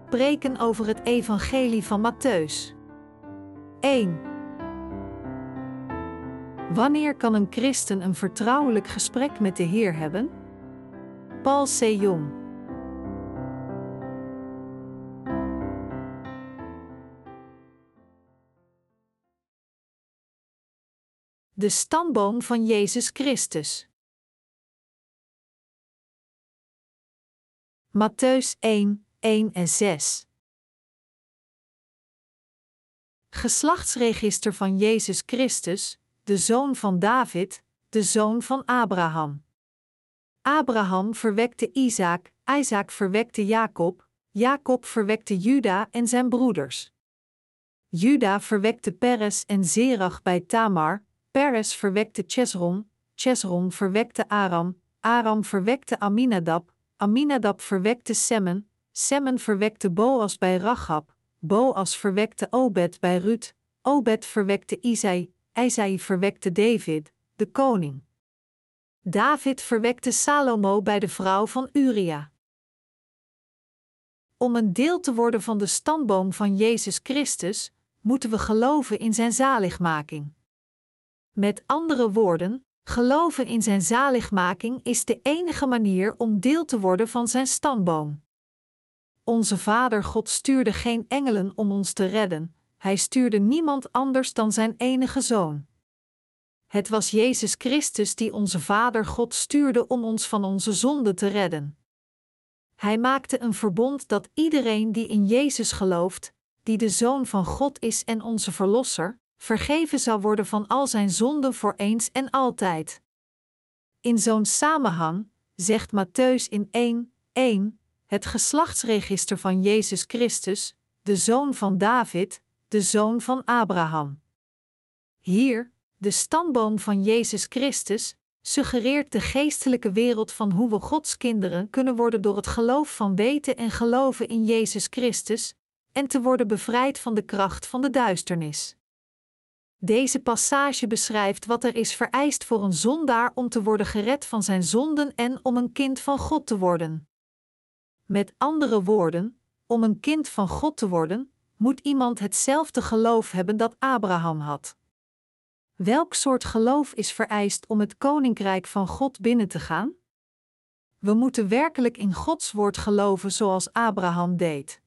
preken over het evangelie van Mattheüs. 1. Wanneer kan een christen een vertrouwelijk gesprek met de Heer hebben? Paul C. Jong. De stamboom van Jezus Christus. Mattheüs 1, 1 en 6. Geslachtsregister van Jezus Christus, de zoon van David, de zoon van Abraham. Abraham verwekte Isaak, Isaak verwekte Jacob, Jacob verwekte Juda en zijn broeders. Juda verwekte Peres en Zerach bij Tamar, Peres verwekte Chesron, Chesron verwekte Aram, Aram verwekte Aminadab, Aminadab verwekte Semmen, Semmen verwekte Boas bij Rachab, Boas verwekte Obed bij Rut, Obed verwekte Isai, Isai verwekte David, de koning. David verwekte Salomo bij de vrouw van Uria. Om een deel te worden van de stamboom van Jezus Christus, moeten we geloven in zijn zaligmaking. Met andere woorden, geloven in zijn zaligmaking is de enige manier om deel te worden van zijn stamboom. Onze Vader God stuurde geen engelen om ons te redden, hij stuurde niemand anders dan zijn enige Zoon. Het was Jezus Christus die onze Vader God stuurde om ons van onze zonden te redden. Hij maakte een verbond dat iedereen die in Jezus gelooft, die de Zoon van God is en onze Verlosser, vergeven zou worden van al zijn zonden voor eens en altijd. In zo'n samenhang, zegt Mattheüs in 1:1, het geslachtsregister van Jezus Christus, de zoon van David, de zoon van Abraham. Hier, de stamboom van Jezus Christus, suggereert de geestelijke wereld van hoe we Gods kinderen kunnen worden door het geloof van weten en geloven in Jezus Christus, en te worden bevrijd van de kracht van de duisternis. Deze passage beschrijft wat er is vereist voor een zondaar om te worden gered van zijn zonden en om een kind van God te worden. Met andere woorden, om een kind van God te worden, moet iemand hetzelfde geloof hebben dat Abraham had. Welk soort geloof is vereist om het koninkrijk van God binnen te gaan? We moeten werkelijk in Gods woord geloven zoals Abraham deed.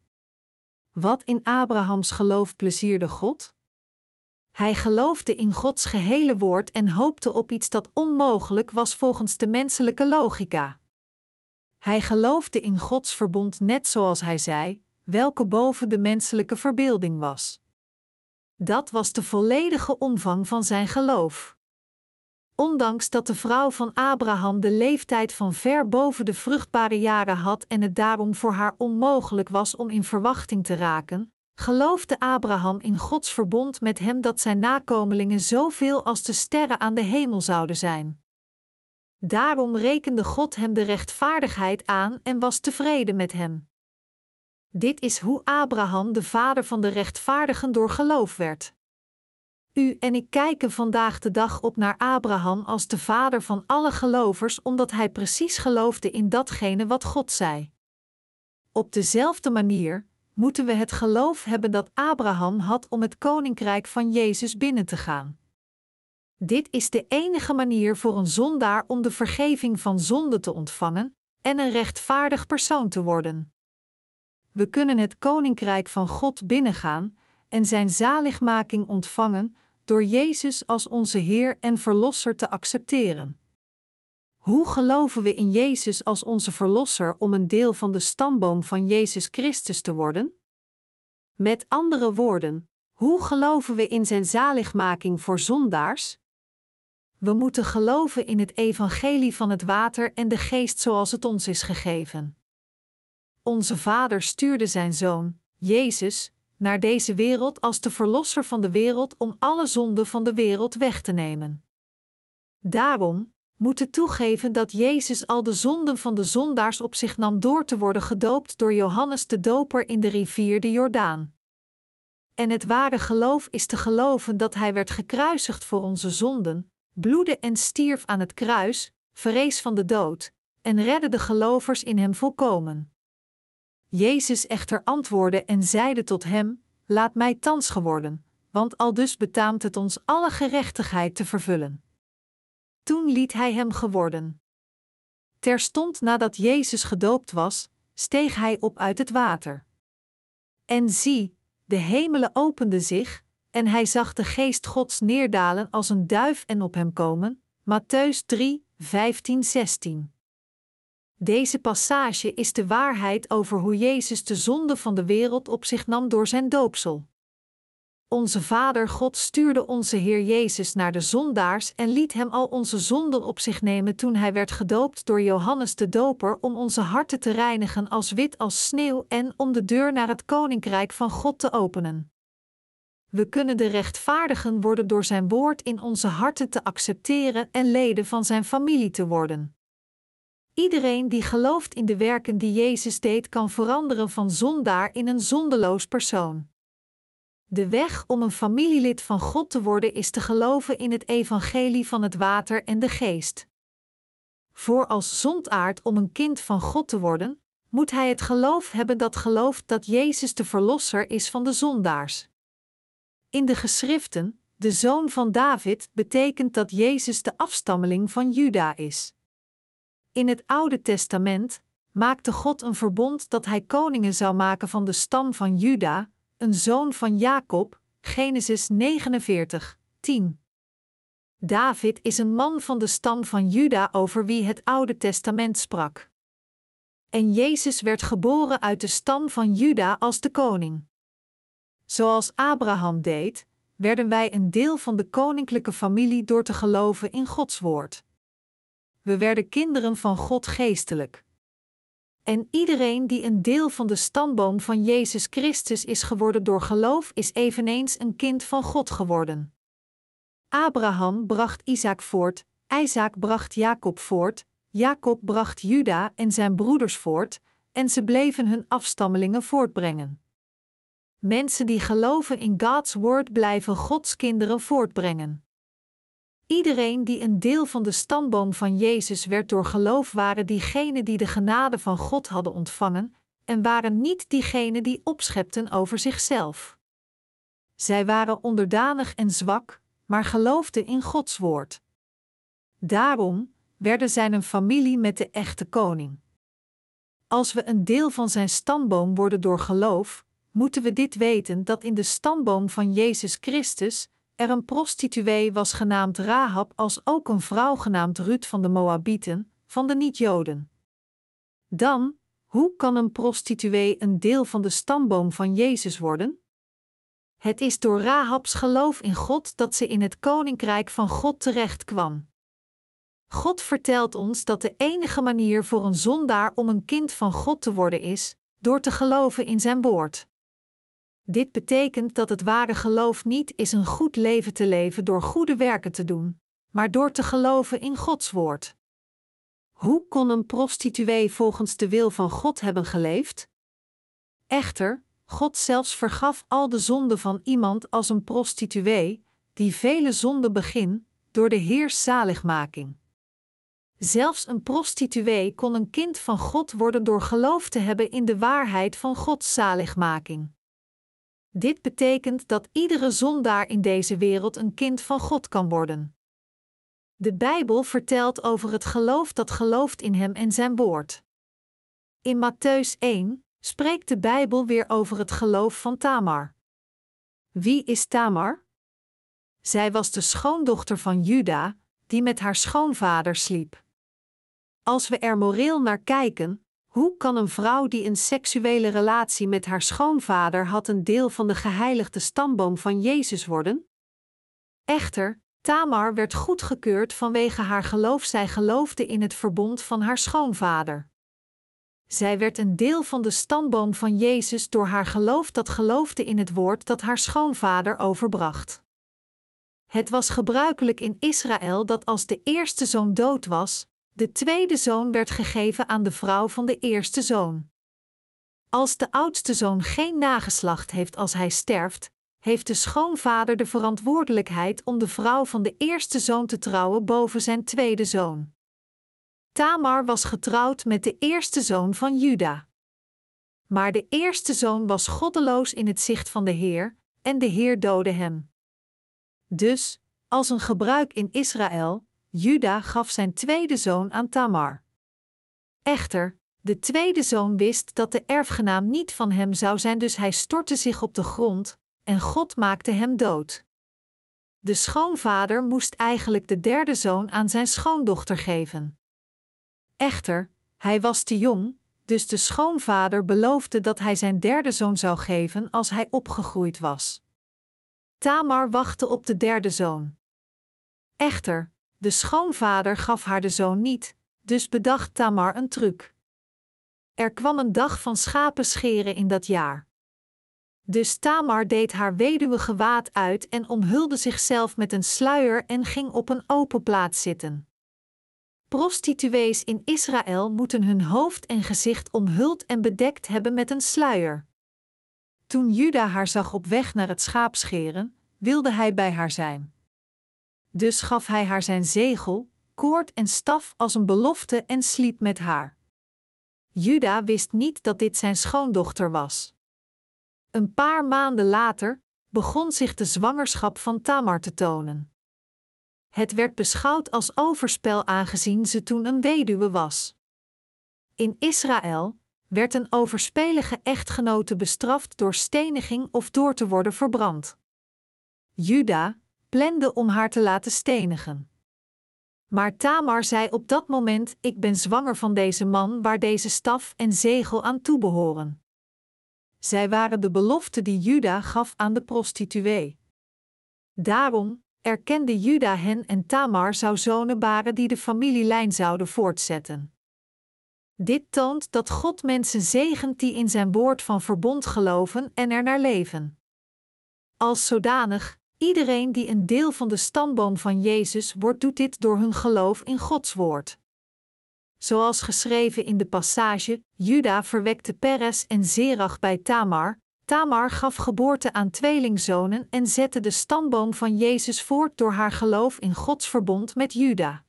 Wat in Abrahams geloof plezierde God? Hij geloofde in Gods gehele woord en hoopte op iets dat onmogelijk was volgens de menselijke logica. Hij geloofde in Gods verbond net zoals hij zei, welke boven de menselijke verbeelding was. Dat was de volledige omvang van zijn geloof. Ondanks dat de vrouw van Abraham de leeftijd van ver boven de vruchtbare jaren had en het daarom voor haar onmogelijk was om in verwachting te raken, geloofde Abraham in Gods verbond met hem dat zijn nakomelingen zoveel als de sterren aan de hemel zouden zijn. Daarom rekende God hem de rechtvaardigheid aan en was tevreden met hem. Dit is hoe Abraham de vader van de rechtvaardigen door geloof werd. U en ik kijken vandaag de dag op naar Abraham als de vader van alle gelovers omdat hij precies geloofde in datgene wat God zei. Op dezelfde manier moeten we het geloof hebben dat Abraham had om het koninkrijk van Jezus binnen te gaan. Dit is de enige manier voor een zondaar om de vergeving van zonde te ontvangen en een rechtvaardig persoon te worden. We kunnen het koninkrijk van God binnengaan en zijn zaligmaking ontvangen door Jezus als onze Heer en Verlosser te accepteren. Hoe geloven we in Jezus als onze Verlosser om een deel van de stamboom van Jezus Christus te worden? Met andere woorden, hoe geloven we in zijn zaligmaking voor zondaars? We moeten geloven in het evangelie van het water en de geest zoals het ons is gegeven. Onze Vader stuurde zijn Zoon, Jezus, naar deze wereld als de Verlosser van de wereld om alle zonden van de wereld weg te nemen. Daarom moeten toegeven dat Jezus al de zonden van de zondaars op zich nam door te worden gedoopt door Johannes de Doper in de rivier de Jordaan. En het ware geloof is te geloven dat hij werd gekruisigd voor onze zonden, bloedde en stierf aan het kruis, verrees van de dood, en redde de gelovers in hem volkomen. Jezus echter antwoordde en zeide tot hem: Laat mij thans geworden, want aldus betaamt het ons alle gerechtigheid te vervullen. Toen liet hij hem geworden. Terstond nadat Jezus gedoopt was, steeg hij op uit het water. En zie, de hemelen openden zich, en hij zag de Geest Gods neerdalen als een duif en op hem komen. Mattheüs 3, 15-16. Deze passage is de waarheid over hoe Jezus de zonde van de wereld op zich nam door zijn doopsel. Onze Vader God stuurde onze Heer Jezus naar de zondaars en liet hem al onze zonden op zich nemen toen hij werd gedoopt door Johannes de Doper om onze harten te reinigen als wit als sneeuw en om de deur naar het Koninkrijk van God te openen. We kunnen de rechtvaardigen worden door zijn woord in onze harten te accepteren en leden van zijn familie te worden. Iedereen die gelooft in de werken die Jezus deed kan veranderen van zondaar in een zondeloos persoon. De weg om een familielid van God te worden is te geloven in het evangelie van het water en de geest. Voor als zondaard om een kind van God te worden, moet hij het geloof hebben dat gelooft dat Jezus de verlosser is van de zondaars. In de geschriften, de zoon van David betekent dat Jezus de afstammeling van Juda is. In het Oude Testament maakte God een verbond dat hij koningen zou maken van de stam van Juda, een zoon van Jacob, Genesis 49, 10. David is een man van de stam van Juda over wie het Oude Testament sprak. En Jezus werd geboren uit de stam van Juda als de koning. Zoals Abraham deed, werden wij een deel van de koninklijke familie door te geloven in Gods woord. We werden kinderen van God geestelijk. En iedereen die een deel van de stamboom van Jezus Christus is geworden door geloof, is eveneens een kind van God geworden. Abraham bracht Isaac voort, Isaac bracht Jacob voort, Jacob bracht Juda en zijn broeders voort, en ze bleven hun afstammelingen voortbrengen. Mensen die geloven in Gods woord blijven Gods kinderen voortbrengen. Iedereen die een deel van de stamboom van Jezus werd door geloof waren diegenen die de genade van God hadden ontvangen, en waren niet diegenen die opschepten over zichzelf. Zij waren onderdanig en zwak, maar geloofden in Gods woord. Daarom werden zij een familie met de echte koning. Als we een deel van zijn stamboom worden door geloof, moeten we dit weten dat in de stamboom van Jezus Christus er een prostituee was genaamd Rahab als ook een vrouw genaamd Ruth van de Moabieten, van de niet-Joden. Dan, hoe kan een prostituee een deel van de stamboom van Jezus worden? Het is door Rahabs geloof in God dat ze in het koninkrijk van God terecht kwam. God vertelt ons dat de enige manier voor een zondaar om een kind van God te worden is, door te geloven in zijn woord. Dit betekent dat het ware geloof niet is een goed leven te leven door goede werken te doen, maar door te geloven in Gods woord. Hoe kon een prostituee volgens de wil van God hebben geleefd? Echter, God zelfs vergaf al de zonden van iemand als een prostituee, die vele zonden begin, door de Heers zaligmaking. Zelfs een prostituee kon een kind van God worden door geloof te hebben in de waarheid van Gods zaligmaking. Dit betekent dat iedere zondaar in deze wereld een kind van God kan worden. De Bijbel vertelt over het geloof dat gelooft in Hem en Zijn woord. In Mattheüs 1 spreekt de Bijbel weer over het geloof van Tamar. Wie is Tamar? Zij was de schoondochter van Juda, die met haar schoonvader sliep. Als we er moreel naar kijken, hoe kan een vrouw die een seksuele relatie met haar schoonvader had een deel van de geheiligde stamboom van Jezus worden? Echter, Tamar werd goedgekeurd vanwege haar geloof. Zij geloofde in het verbond van haar schoonvader. Zij werd een deel van de stamboom van Jezus door haar geloof dat geloofde in het woord dat haar schoonvader overbracht. Het was gebruikelijk in Israël dat als de eerste zoon dood was, de tweede zoon werd gegeven aan de vrouw van de eerste zoon. Als de oudste zoon geen nageslacht heeft als hij sterft, heeft de schoonvader de verantwoordelijkheid om de vrouw van de eerste zoon te trouwen boven zijn tweede zoon. Tamar was getrouwd met de eerste zoon van Juda. Maar de eerste zoon was goddeloos in het zicht van de Heer, en de Heer doodde hem. Dus, als een gebruik in Israël, Juda gaf zijn tweede zoon aan Tamar. Echter, de tweede zoon wist dat de erfgenaam niet van hem zou zijn, dus hij stortte zich op de grond, en God maakte hem dood. De schoonvader moest eigenlijk de derde zoon aan zijn schoondochter geven. Echter, hij was te jong, dus de schoonvader beloofde dat hij zijn derde zoon zou geven als hij opgegroeid was. Tamar wachtte op de derde zoon. Echter, de schoonvader gaf haar de zoon niet, dus bedacht Tamar een truc. Er kwam een dag van schapen scheren in dat jaar. Dus Tamar deed haar weduwegewaad uit en omhulde zichzelf met een sluier en ging op een open plaats zitten. Prostituees in Israël moeten hun hoofd en gezicht omhuld en bedekt hebben met een sluier. Toen Juda haar zag op weg naar het schaapscheren, wilde hij bij haar zijn. Dus gaf hij haar zijn zegel, koord en staf als een belofte en sliep met haar. Juda wist niet dat dit zijn schoondochter was. Een paar maanden later begon zich de zwangerschap van Tamar te tonen. Het werd beschouwd als overspel aangezien ze toen een weduwe was. In Israël werd een overspelige echtgenote bestraft door steniging of door te worden verbrand. Juda plande om haar te laten stenigen. Maar Tamar zei op dat moment: ik ben zwanger van deze man waar deze staf en zegel aan toebehoren. Zij waren de belofte die Juda gaf aan de prostituee. Daarom erkende Juda hen en Tamar zou zonen baren die de familielijn zouden voortzetten. Dit toont dat God mensen zegent die in zijn woord van verbond geloven en er naar leven. Als zodanig, iedereen die een deel van de stamboom van Jezus wordt, doet dit door hun geloof in Gods woord. Zoals geschreven in de passage: Juda verwekte Peres en Zerach bij Tamar. Tamar gaf geboorte aan tweelingzonen en zette de stamboom van Jezus voort door haar geloof in Gods verbond met Juda.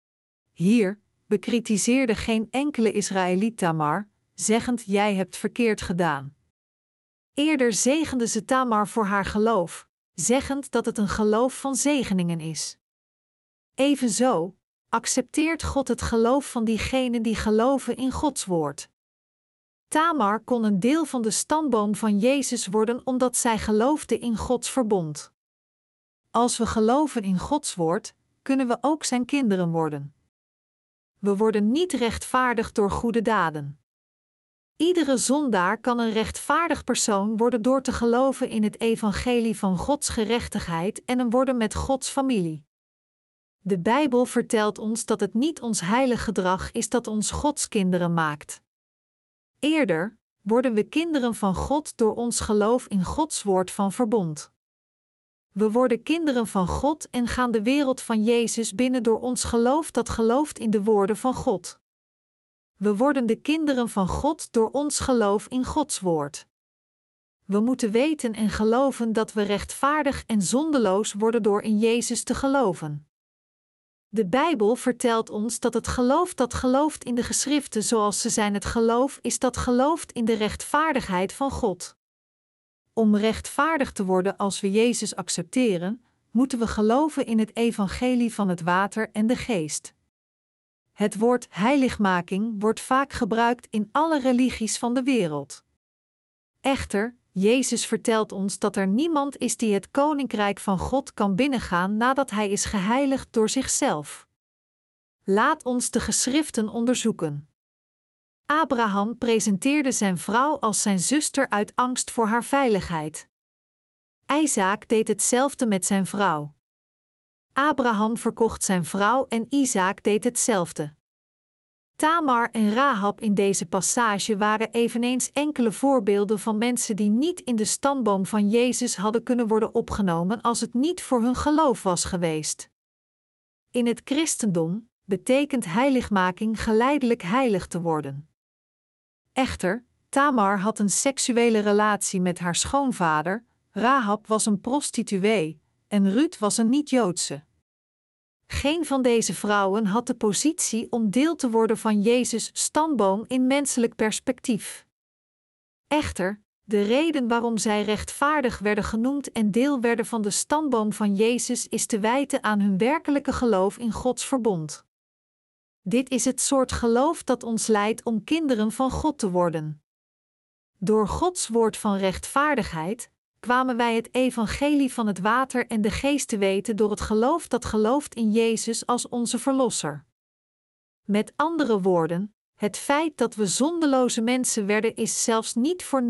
Hier bekritiseerde geen enkele Israëliet Tamar, zeggend: jij hebt verkeerd gedaan. Eerder zegende ze Tamar voor haar geloof, zeggend dat het een geloof van zegeningen is. Evenzo accepteert God het geloof van diegenen die geloven in Gods woord. Tamar kon een deel van de stamboom van Jezus worden omdat zij geloofde in Gods verbond. Als we geloven in Gods woord, kunnen we ook zijn kinderen worden. We worden niet rechtvaardig door goede daden. Iedere zondaar kan een rechtvaardig persoon worden door te geloven in het evangelie van Gods gerechtigheid en een worden met Gods familie. De Bijbel vertelt ons dat het niet ons heilig gedrag is dat ons Gods kinderen maakt. Eerder worden we kinderen van God door ons geloof in Gods woord van verbond. We worden kinderen van God en gaan de wereld van Jezus binnen door ons geloof dat gelooft in de woorden van God. We worden de kinderen van God door ons geloof in Gods woord. We moeten weten en geloven dat we rechtvaardig en zondeloos worden door in Jezus te geloven. De Bijbel vertelt ons dat het geloof dat gelooft in de geschriften zoals ze zijn, het geloof is dat gelooft in de rechtvaardigheid van God. Om rechtvaardig te worden als we Jezus accepteren, moeten we geloven in het evangelie van het water en de geest. Het woord heiligmaking wordt vaak gebruikt in alle religies van de wereld. Echter, Jezus vertelt ons dat er niemand is die het koninkrijk van God kan binnengaan nadat hij is geheiligd door zichzelf. Laat ons de geschriften onderzoeken. Abraham presenteerde zijn vrouw als zijn zuster uit angst voor haar veiligheid. Isaac deed hetzelfde met zijn vrouw. Abraham verkocht zijn vrouw en Isaac deed hetzelfde. Tamar en Rahab in deze passage waren eveneens enkele voorbeelden van mensen die niet in de stamboom van Jezus hadden kunnen worden opgenomen als het niet voor hun geloof was geweest. In het christendom betekent heiligmaking geleidelijk heilig te worden. Echter, Tamar had een seksuele relatie met haar schoonvader, Rahab was een prostituee en Ruth was een niet-Joodse. Geen van deze vrouwen had de positie om deel te worden van Jezus' stamboom in menselijk perspectief. Echter, de reden waarom zij rechtvaardig werden genoemd en deel werden van de stamboom van Jezus is te wijten aan hun werkelijke geloof in Gods verbond. Dit is het soort geloof dat ons leidt om kinderen van God te worden. Door Gods woord van rechtvaardigheid kwamen wij het evangelie van het water en de geest te weten door het geloof dat gelooft in Jezus als onze Verlosser. Met andere woorden, het feit dat we zondeloze mensen werden is zelfs niet voor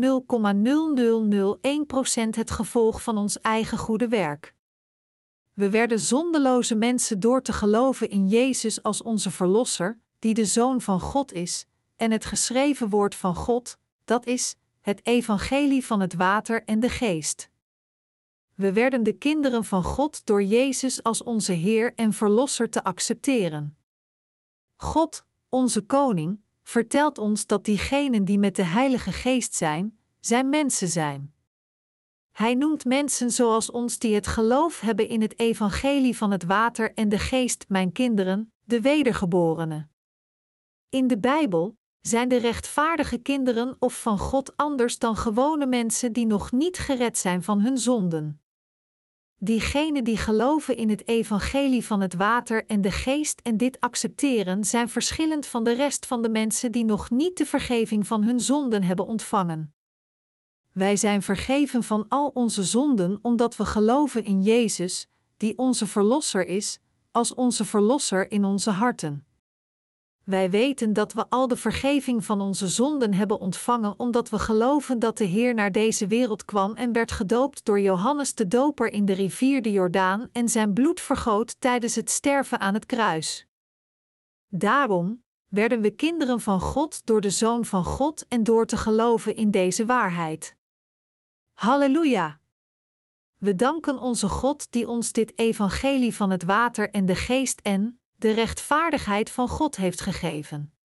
0,0001% het gevolg van ons eigen goede werk. We werden zondeloze mensen door te geloven in Jezus als onze Verlosser, die de Zoon van God is, en het geschreven woord van God, dat is, het evangelie van het water en de geest. We werden de kinderen van God door Jezus als onze Heer en Verlosser te accepteren. God, onze Koning, vertelt ons dat diegenen die met de Heilige Geest zijn, zijn mensen zijn. Hij noemt mensen zoals ons die het geloof hebben in het evangelie van het water en de geest, mijn kinderen, de wedergeborenen. In de Bijbel zijn de rechtvaardige kinderen of van God anders dan gewone mensen die nog niet gered zijn van hun zonden. Diegenen die geloven in het evangelie van het water en de geest en dit accepteren, zijn verschillend van de rest van de mensen die nog niet de vergeving van hun zonden hebben ontvangen. Wij zijn vergeven van al onze zonden omdat we geloven in Jezus, die onze Verlosser is, als onze Verlosser in onze harten. Wij weten dat we al de vergeving van onze zonden hebben ontvangen omdat we geloven dat de Heer naar deze wereld kwam en werd gedoopt door Johannes de Doper in de rivier de Jordaan en zijn bloed vergoot tijdens het sterven aan het kruis. Daarom werden we kinderen van God door de Zoon van God en door te geloven in deze waarheid. Halleluja! We danken onze God die ons dit evangelie van het water en de geest en de rechtvaardigheid van God heeft gegeven.